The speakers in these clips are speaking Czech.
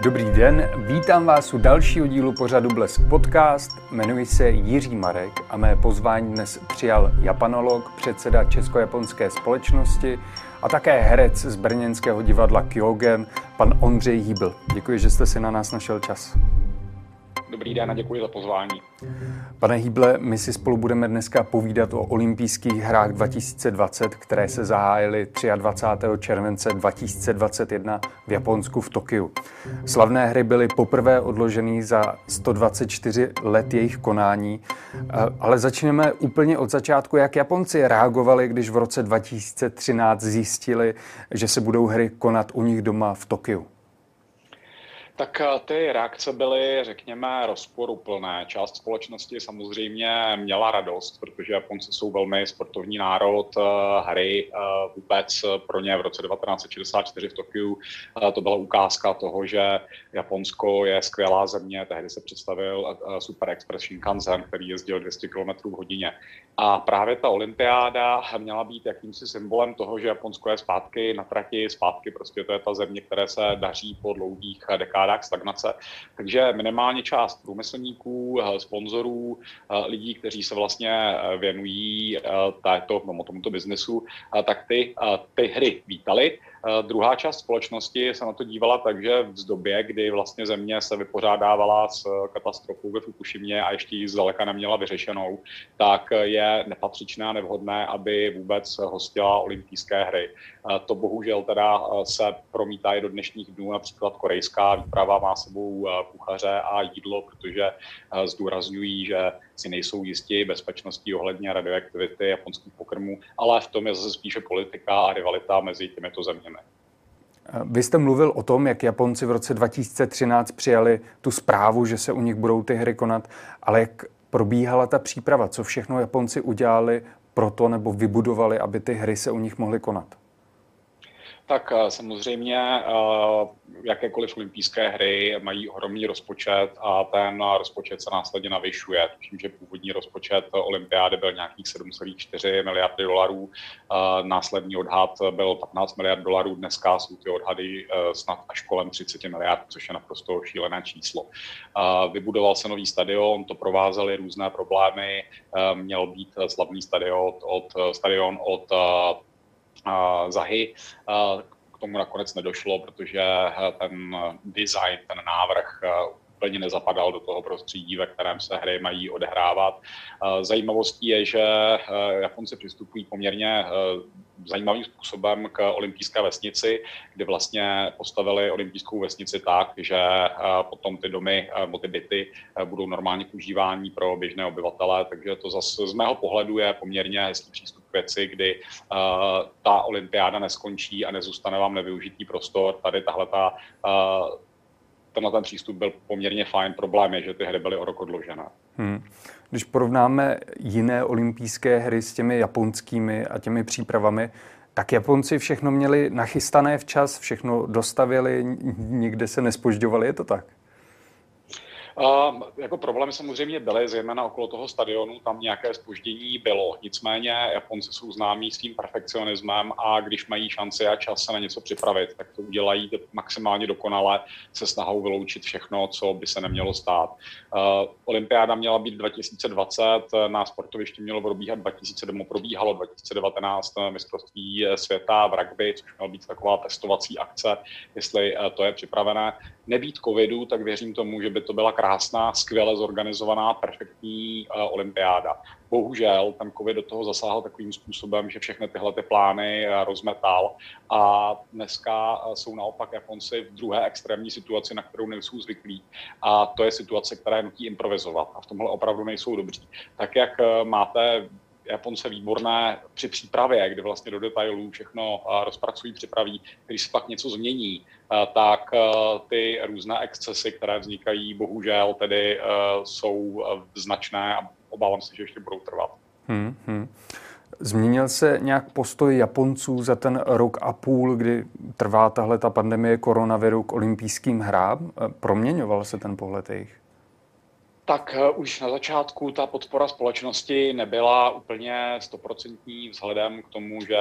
Dobrý den, vítám vás u dalšího dílu pořadu Blesk Podcast. Jmenuji se Jiří Marek a mé pozvání dnes přijal japanolog, předseda Česko-japonské společnosti a také herec z brněnského divadla Kyogen, pan Ondřej Hýbl. Děkuji, že jste si na nás našel čas. Dobrý den a děkuji za pozvání. Pane Hýble, my si spolu budeme dneska povídat o olympijských hrách 2020, které se zahájily 23. července 2021 v Japonsku v Tokiu. Slavné hry byly poprvé odloženy za 124 let jejich konání, ale začneme úplně od začátku, jak Japonci reagovali, když v roce 2013 zjistili, že se budou hry konat u nich doma v Tokiu. Tak ty reakce byly, řekněme, rozporuplné. Část společnosti samozřejmě měla radost, protože Japonci jsou velmi sportovní národ. Hry vůbec pro ně v roce 1964 v Tokiu to byla ukázka toho, že Japonsko je skvělá země. Tehdy se představil Super Express Shinkansen, který jezdil 200 km v hodině. A právě ta olympiáda měla být jakýmsi symbolem toho, že Japonsko je zpátky na trati, zpátky prostě to je ta země, které se daří po dlouhých dekádách stagnace. Takže minimálně část průmyslníků, sponzorů, lidí, kteří se vlastně věnují tomuto biznesu, tak ty hry vítali. Druhá část společnosti se na to dívala tak, že v době, kdy vlastně země se vypořádávala s katastrofou ve Fukushimě a ještě ji zdaleka neměla vyřešenou, tak je nepatřičné a nevhodné, aby vůbec hostila olympijské hry. To bohužel teda se promítá i do dnešních dnů, například korejská výprava má sebou kuchaře a jídlo, protože zdůrazňují, že si nejsou jistí bezpečností ohledně radioaktivity japonských pokrmů, ale v tom je zase spíše politika a rivalita mezi těmito zeměmi. Vy jste mluvil o tom, jak Japonci v roce 2013 přijali tu zprávu, že se u nich budou ty hry konat, ale jak probíhala ta příprava, co všechno Japonci udělali pro to nebo vybudovali, aby ty hry se u nich mohly konat? Tak samozřejmě jakékoliv olympijské hry mají ohromný rozpočet a ten rozpočet se následně navyšuje. Tuším, že původní rozpočet olympiády byl nějakých 7,4 miliardy dolarů, následný odhad byl 15 miliard dolarů, dneska jsou ty odhady snad až kolem 30 miliard, což je naprosto šílené číslo. Vybudoval se nový stadion, to provázely různé problémy, měl být slavný stadion od Zahy. K tomu nakonec nedošlo, protože ten design, ten návrh úplně nezapadal do toho prostředí, ve kterém se hry mají odehrávat. Zajímavostí je, že Japonci přistupují poměrně zajímavým způsobem k olympijské vesnici, kdy vlastně postavili olympijskou vesnici tak, že potom ty domy nebo ty byty budou normálně k užívání pro běžné obyvatele, takže to zase z mého pohledu je poměrně hezký přístup k věci, kdy ta olympiáda neskončí a nezůstane vám nevyužitý prostor. Tady tenhle ten přístup byl poměrně fajn. Problém je, že ty hry byly o rok odložené. Když porovnáme jiné olympijské hry s těmi japonskými a těmi přípravami, tak Japonci všechno měli nachystané včas, všechno dostavili, nikde se nezpožďovali, je to tak? Jako problémy samozřejmě byly, zejména okolo toho stadionu, tam nějaké zpoždění bylo. Nicméně Japonci jsou známí svým perfekcionismem a když mají šanci a čas se na něco připravit, tak to udělají maximálně dokonale se snahou vyloučit všechno, co by se nemělo stát. Olympiáda měla být 2020, na sportovišti mělo probíhat 2007, probíhalo 2019 mistrovství světa v rugby, což měla být taková testovací akce, jestli to je připravené. Nebýt covidu, tak věřím tomu, že by to byla krásná, skvěle zorganizovaná, perfektní olympiáda. Bohužel ten covid do toho zasáhl takovým způsobem, že všechny tyhle plány rozmetal a dneska jsou naopak Japonci v druhé extrémní situaci, na kterou nejsou zvyklí. A to je situace, která je nutí improvizovat a v tomhle opravdu nejsou dobří. Tak jak máte Japonce výborné při přípravě, kdy vlastně do detailů všechno rozpracují, připraví, když se pak něco změní, tak ty různé excesy, které vznikají, bohužel tedy jsou značné a obávám se, že ještě budou trvat. Změnil se nějak postoj Japonců za ten rok a půl, kdy trvá tahle ta pandemie koronaviru k olympijským hrám? Proměňoval se ten pohled jejich? Tak už na začátku ta podpora společnosti nebyla úplně 100% vzhledem k tomu, že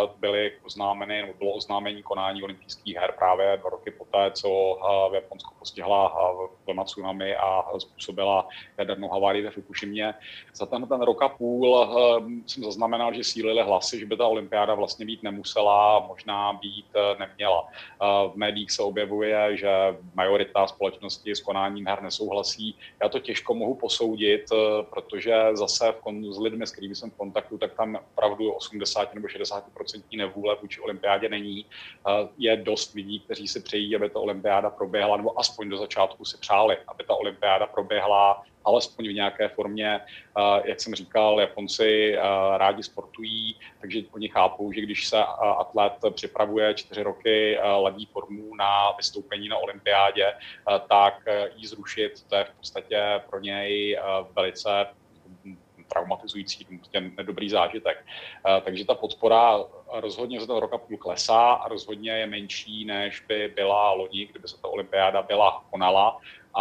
bylo oznámení konání olympijských her právě 2 roky poté, co v Japonsku postihla vlna tsunami a způsobila jadernou havárii ve Fukushimě. Za ten rok a půl jsem zaznamenal, že sílily hlasy, že by ta olympiáda vlastně být nemusela, možná být neměla. V médiích se objevuje, že majorita společnosti s konáním her nesouhlasí. Já to těžko mohu posoudit, protože zase s lidmi, s kterými jsem v kontaktu, tak tam opravdu 80 nebo 60% nevůle vůči olympiádě není. Je dost lidí, kteří si přejí, aby ta olympiáda proběhla, nebo aspoň do začátku si přáli, aby ta olympiáda proběhla alespoň v nějaké formě. Jak jsem říkal, Japonci rádi sportují, takže oni chápou, že když se atlet připravuje 4 roky, ladí formu na vystoupení na olympiádě, tak ji zrušit, to je v podstatě pro něj velice traumatizující, nedobrý zážitek. Takže ta podpora rozhodně za ten rok a půl klesá a rozhodně je menší, než by byla loni, kdyby se ta olympiáda konala.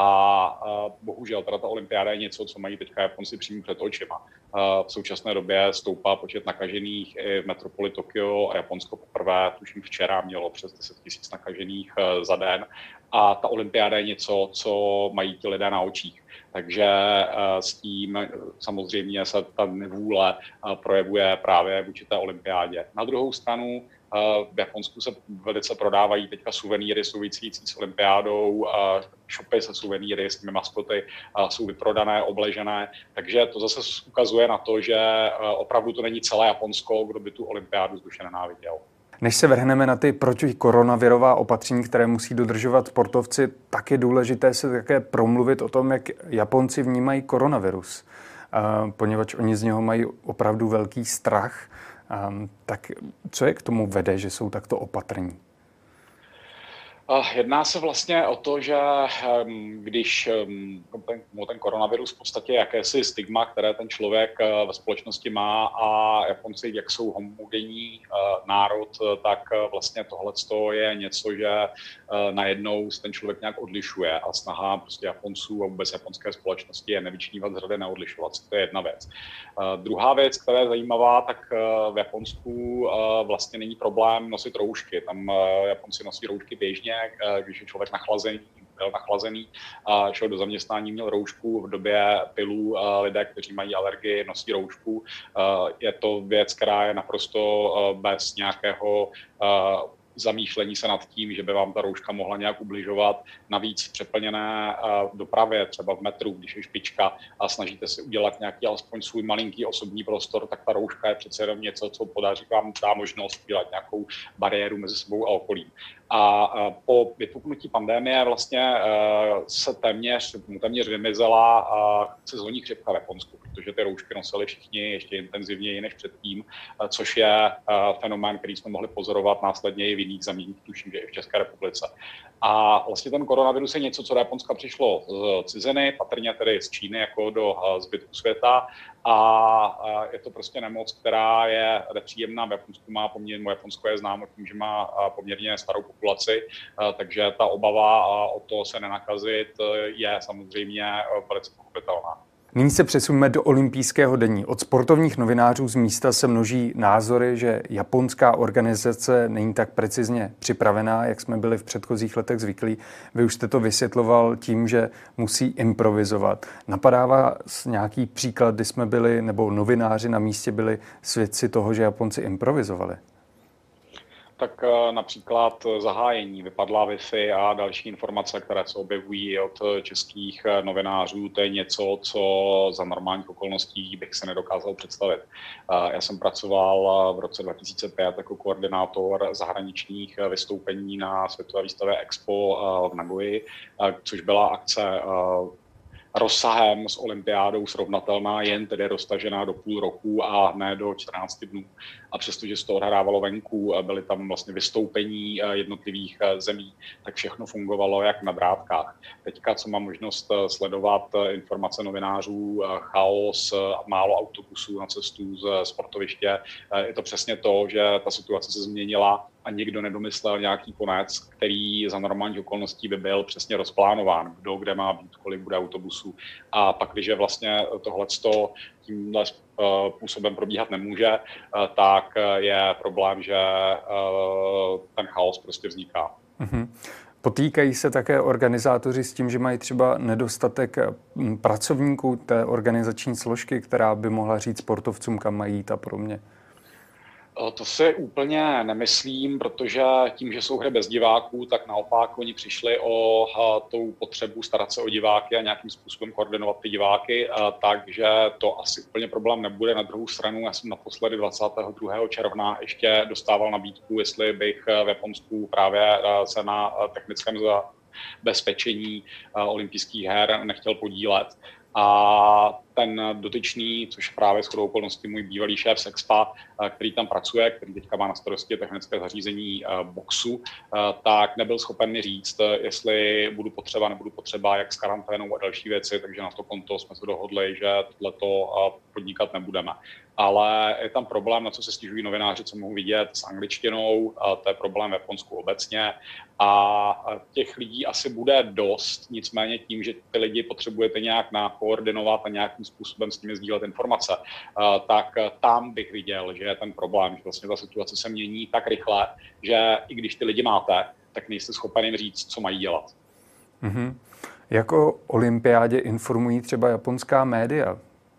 A bohužel teda ta olympiáda je něco, co mají teďka Japonci přímo před očima. V současné době stoupá počet nakažených i v metropoli Tokio a Japonsko poprvé, tuším včera, mělo přes 10 000 nakažených za den. A ta olympiáda je něco, co mají ti lidé na očích. Takže s tím samozřejmě se ta nevůle projevuje právě vůči té olympiádě. Na druhou stranu v Japonsku se velice prodávají teďka suvenýry související s olympiádou, shopy se suvenýry s těmi maskoty jsou vyprodané, obležené, takže to zase ukazuje na to, že opravdu to není celé Japonsko, kdo by tu olympiádu zduše nenáviděl. Než se vrhneme na ty protikoronavirová opatření, které musí dodržovat sportovci, tak je důležité se také promluvit o tom, jak Japonci vnímají koronavirus. Poněvadž oni z něho mají opravdu velký strach. Tak co je k tomu vede, že jsou takto opatrní? Jedná se vlastně o to, že když ten koronavirus v podstatě jakési stigma, které ten člověk ve společnosti má a Japonci, jak jsou homogenní národ, tak vlastně tohleto je něco, že najednou se ten člověk nějak odlišuje a snaha prostě Japonců a vůbec japonské společnosti je nevyčnívat z řady, neodlišovat se. To je jedna věc. Druhá věc, která je zajímavá, tak v Japonsku vlastně není problém nosit roušky. Tam Japonci nosí roušky běžně, když je člověk byl nachlazený, šel do zaměstnání, měl roušku, v době pilů lidé, kteří mají alergii, nosí roušku. Je to věc, která je naprosto bez nějakého zamýšlení se nad tím, že by vám ta rouška mohla nějak ubližovat. Navíc v přeplněné dopravě, třeba v metru, když je špička a snažíte si udělat nějaký alespoň svůj malinký osobní prostor, tak ta rouška je přece jenom něco, co podaří vám dá možnost udělat nějakou bariéru mezi sebou a okolím. A po vypuknutí pandemie vlastně se téměř vymizela sezónní chřipka v Japonsku, protože ty roušky nosili všichni ještě intenzivněji než předtím, což je fenomén, který jsme mohli pozorovat následně i v jiných zemích, tuším, že i v České republice. A vlastně ten koronavirus je něco, co do Japonska přišlo z ciziny, patrně tedy z Číny jako do zbytku světa. A je to prostě nemoc, která je nepříjemná. V Japonsku Japonsko je známo tím, že má poměrně starou populaci, takže ta obava o to se nenakazit je samozřejmě velice pochopitelná. Nyní se přesuneme do olympijského dení. Od sportovních novinářů z místa se množí názory, že japonská organizace není tak precizně připravená, jak jsme byli v předchozích letech zvyklí. Vy už jste to vysvětloval tím, že musí improvizovat. Napadá vás nějaký příklad, kdy jsme byli, nebo novináři na místě byli svědci toho, že Japonci improvizovali? Tak například zahájení vypadla Wi-Fi a další informace, které se objevují od českých novinářů, to je něco, co za normálních okolností bych se nedokázal představit. Já jsem pracoval v roce 2005 jako koordinátor zahraničních vystoupení na světové výstavě Expo v Nagoji, což byla akce rozsahem s olympiádou srovnatelná, jen tedy roztažená do půl roku a ne do 14 dnů. A přestože se to odhrávalo venku, byly tam vlastně vystoupení jednotlivých zemí, tak všechno fungovalo jak na drátkách. Teďka, co mám možnost sledovat informace novinářů, chaos, málo autobusů na cestu z sportoviště, je to přesně to, že ta situace se změnila a nikdo nedomyslel nějaký konec, který za normálních okolností by byl přesně rozplánován, kdo kde má být, kolik bude autobusů. A pak, když vlastně tohleto tímhle způsobem probíhat nemůže, tak je problém, že ten chaos prostě vzniká. Mm-hmm. Potýkají se také organizátoři s tím, že mají třeba nedostatek pracovníků té organizační složky, která by mohla říct sportovcům, kam mají jít a podobně? To si úplně nemyslím, protože tím, že jsou hry bez diváků, tak naopak oni přišli o tou potřebu starat se o diváky a nějakým způsobem koordinovat ty diváky, takže to asi úplně problém nebude. Na druhou stranu, já jsem naposledy 22. června ještě dostával nabídku, jestli bych v Japonsku právě se na technickém zabezpečení olympijských her nechtěl podílet. A ten dotyčný, což právě shodou okolností můj bývalý šéf z Expa, který tam pracuje, který teďka má na starosti technické zařízení boxu, tak nebyl schopen mi říct, jestli budu potřeba, nebudu potřeba, jak s karanténou a další věci, takže na to konto jsme se dohodli, že tohleto podnikat nebudeme. Ale je tam problém, na co se stěžují novináři, co mohou vidět s angličtinou, to je problém v Japonsku obecně a těch lidí asi bude dost, nicméně tím, že ty lidi potřebujete nějak nakoordinovat a nějakým způsobem s nimi sdílet informace, tak tam bych viděl, že je ten problém, že vlastně ta situace se mění tak rychle, že i když ty lidi máte, tak nejste schopen jim říct, co mají dělat. Mm-hmm. Jako olympiádě informují třeba japonská média?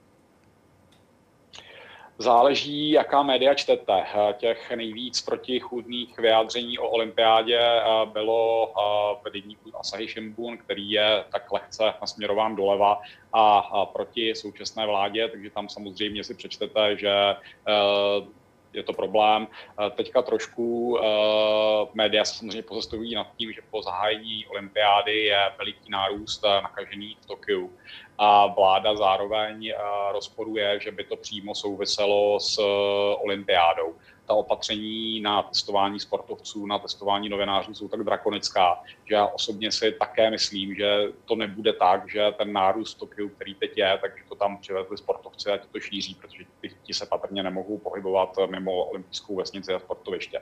Záleží, jaká média čtete. Těch nejvíc protichůdných vyjádření o olympiádě bylo v deníku Asahi Shimbun, který je tak lehce nasměrován doleva a proti současné vládě, takže tam samozřejmě si přečtete, že je to problém. Teďka trošku média se samozřejmě pozastavují nad tím, že po zahájení olympiády je veliký nárůst nakažených v Tokiu. A vláda zároveň rozporuje, že by to přímo souviselo s olympiádou. Ta opatření na testování sportovců, na testování novinářů jsou tak drakonická, že já osobně si také myslím, že to nebude tak, že ten nárůst v Tokiu, který teď je, takže to tam přivezli sportovci a to šíří, protože ti se patrně nemohou pohybovat mimo olympijskou vesnici a sportoviště.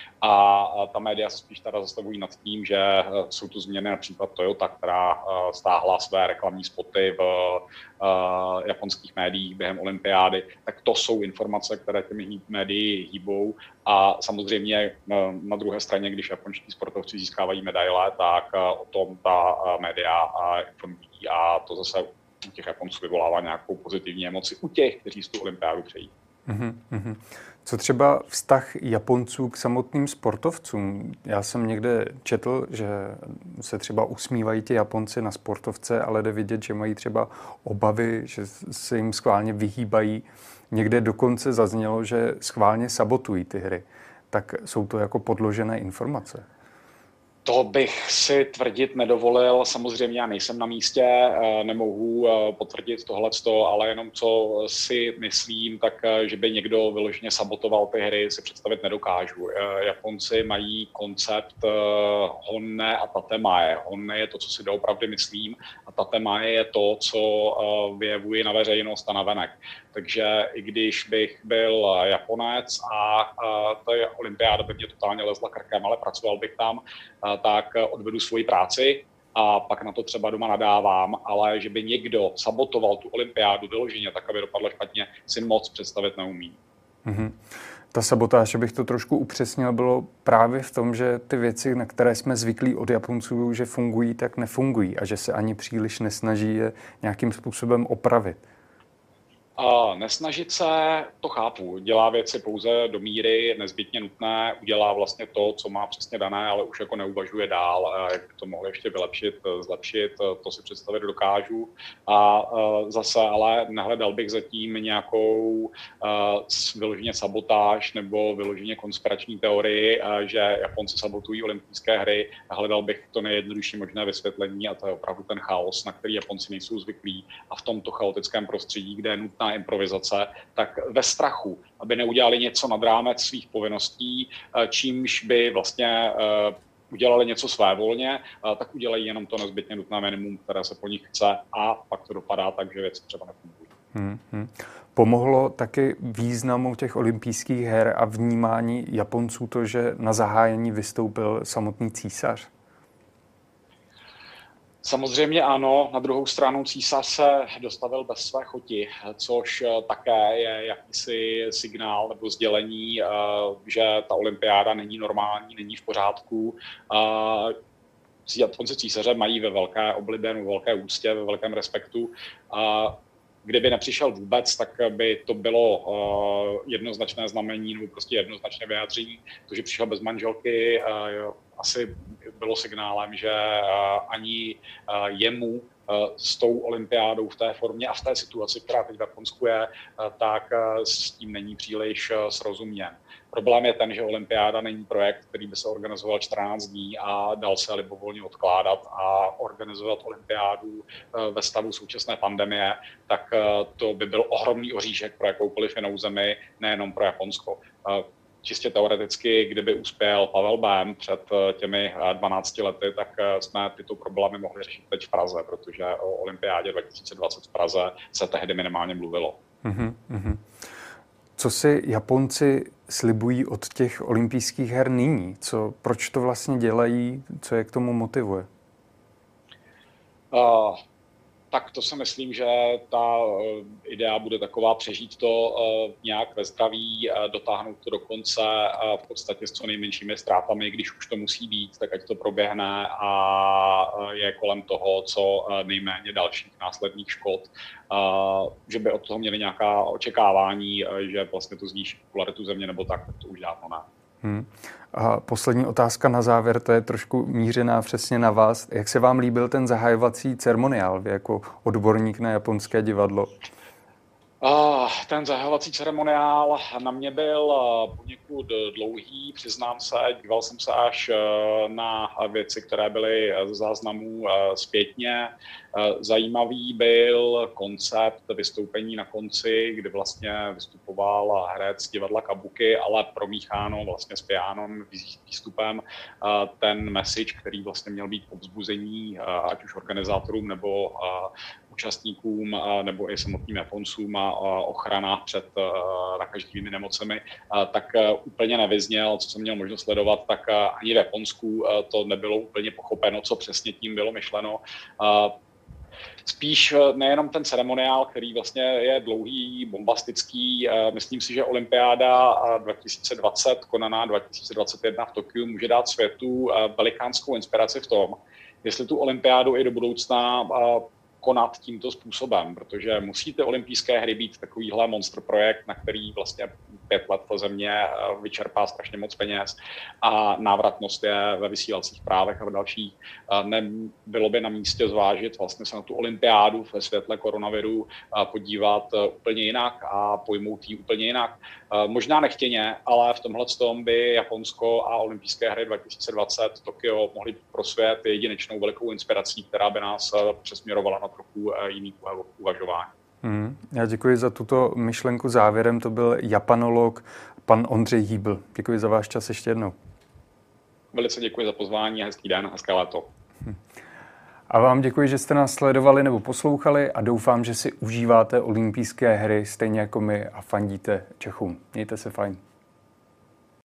A ta média se spíš teda zastavují nad tím, že jsou tu změny, například Toyota, která stáhla své reklamní spoty v japonských médiích během olympiády, tak to jsou informace, které těmi médii hýbou a samozřejmě na druhé straně, když japonští sportovci získávají medaile, tak o tom ta média informují a to zase u těch Japonců vyvolává nějakou pozitivní emoci u těch, kteří z tu olympiádu přejí. Mm-hmm. Co třeba vztah Japonců k samotným sportovcům? Já jsem někde četl, že se třeba usmívají ti Japonci na sportovce, ale jde vidět, že mají třeba obavy, že se jim schválně vyhýbají. Někde dokonce zaznělo, že schválně sabotují ty hry. Tak jsou to jako podložené informace? To bych si tvrdit nedovolil. Samozřejmě já nejsem na místě, nemohu potvrdit tohleto, ale jenom co si myslím, tak že by někdo vyloženě sabotoval ty hry, si představit nedokážu. Japonci mají koncept honne a tatemae. Honne je to, co si doopravdy myslím, a tatemae je to, co vyjevuji na veřejnost a na venek. Takže i když bych byl Japonec a ta olympiáda by mě totálně lezla krkem, ale pracoval bych tam, tak odvedu svoji práci a pak na to třeba doma nadávám, ale že by někdo sabotoval tu olympiádu vyloženě tak, aby dopadla špatně, si moc představit neumím. Mm-hmm. Ta sabotáž, abych to trošku upřesnil, bylo právě v tom, že ty věci, na které jsme zvyklí od Japonců, že fungují, tak nefungují a že se ani příliš nesnaží je nějakým způsobem opravit. Nesnažit se, to chápu, dělá věci pouze do míry nezbytně nutné, udělá vlastně to, co má přesně dané, ale už jako neuvažuje dál, jak by to mohlo ještě vylepšit, zlepšit, to si představit dokážu. A zase ale nehledal bych zatím nějakou vyloženě sabotáž nebo vyloženě konspirační teorii, že Japonci sabotují olympijské hry. Hledal bych to nejjednodušší možné vysvětlení a to je opravdu ten chaos, na který Japonci nejsou zvyklí a v tomto chaotickém prostředí, kde je nutná improvizace, tak ve strachu, aby neudělali něco nad rámec svých povinností, čímž by vlastně udělali něco svévolně, tak udělají jenom to nezbytně nutné minimum, které se po nich chce a pak to dopadá tak, že věci třeba nefungují. Pomohlo taky významu těch olympijských her a vnímání Japonců to, že na zahájení vystoupil samotný císař? Samozřejmě ano, na druhou stranu císař se dostavil bez své choti, což také je jakýsi signál nebo sdělení, že ta olympiáda není normální, není v pořádku. Japonci císaře mají ve velké oblibě, ve velké úctě, ve velkém respektu. Kdyby nepřišel vůbec, tak by to bylo jednoznačné znamení nebo prostě jednoznačné vyjádření. To, že přišel bez manželky, asi bylo signálem, že ani jemu s tou olympiádou v té formě a v té situaci, která teď v Japonsku je, tak s tím není příliš srozuměn. Problém je ten, že olympiáda není projekt, který by se organizoval 14 dní a dal se libovolně odkládat a organizovat olympiádu ve stavu současné pandemie, tak to by byl ohromný oříšek pro jakoukoliv jinou zemi, nejenom pro Japonsko. Čistě teoreticky, kdyby uspěl Pavel Bém před těmi 12 lety, tak jsme tyto problémy mohli řešit teď v Praze, protože o olympiádě 2020 v Praze se tehdy minimálně mluvilo. Co si Japonci slibují od těch olympijských her nyní? Proč to vlastně dělají? Co je k tomu motivuje? Tak to si myslím, že ta idea bude taková přežít to nějak ve zdraví, dotáhnout to do konce v podstatě s co nejmenšími ztrátami, když už to musí být, tak ať to proběhne a je kolem toho co nejméně dalších následných škod. Že by od toho měli nějaká očekávání, že vlastně to zvýší popularitu země nebo tak to už dávno ne. A poslední otázka na závěr, to je trošku mířená přesně na vás. Jak se vám líbil ten zahajovací ceremoniál, vy jako odborník na japonské divadlo? Ten zahajovací ceremoniál na mě byl poněkud dlouhý, přiznám se, díval jsem se až na věci, které byly z záznamů zpětně. Zajímavý byl koncept vystoupení na konci, kdy vlastně vystupoval herec divadla Kabuki, ale promícháno vlastně s pianom výstupem ten message, který vlastně měl být povzbuzení ať už organizátorům nebo účastníkům nebo i samotným Japoncům a ochrana před nakažlivými nemocemi, tak úplně nevyzněl, co jsem měl možnost sledovat, tak ani v Japonsku to nebylo úplně pochopeno, co přesně tím bylo myšleno. Spíš nejenom ten ceremoniál, který vlastně je dlouhý, bombastický. Myslím si, že olympiáda 2020, konaná 2021 v Tokiu, může dát světu velikánskou inspiraci v tom, jestli tu olympiádu i do budoucna konat tímto způsobem, protože musí ty olympijské hry být takovýhle monster projekt, na který vlastně 5 let ta země vyčerpá strašně moc peněz a návratnost je ve vysílacích právech a v dalších. Bylo by na místě zvážit vlastně se na tu olympiádu ve světle koronaviru podívat úplně jinak a pojmout ji úplně jinak. Možná nechtěně, ale v tomhle tom by Japonsko a olympijské hry 2020 Tokio mohly být pro svět jedinečnou velikou inspirací, která by nás přesměrovala na trochu jiný uvažování. Já děkuji za tuto myšlenku závěrem. To byl japanolog pan Ondřej Hýbl. Děkuji za váš čas ještě jednou. Velice děkuji za pozvání a hezký den, hezké léto. A vám děkuji, že jste nás sledovali nebo poslouchali a doufám, že si užíváte olympijské hry stejně jako my a fandíte Čechům. Mějte se fajn.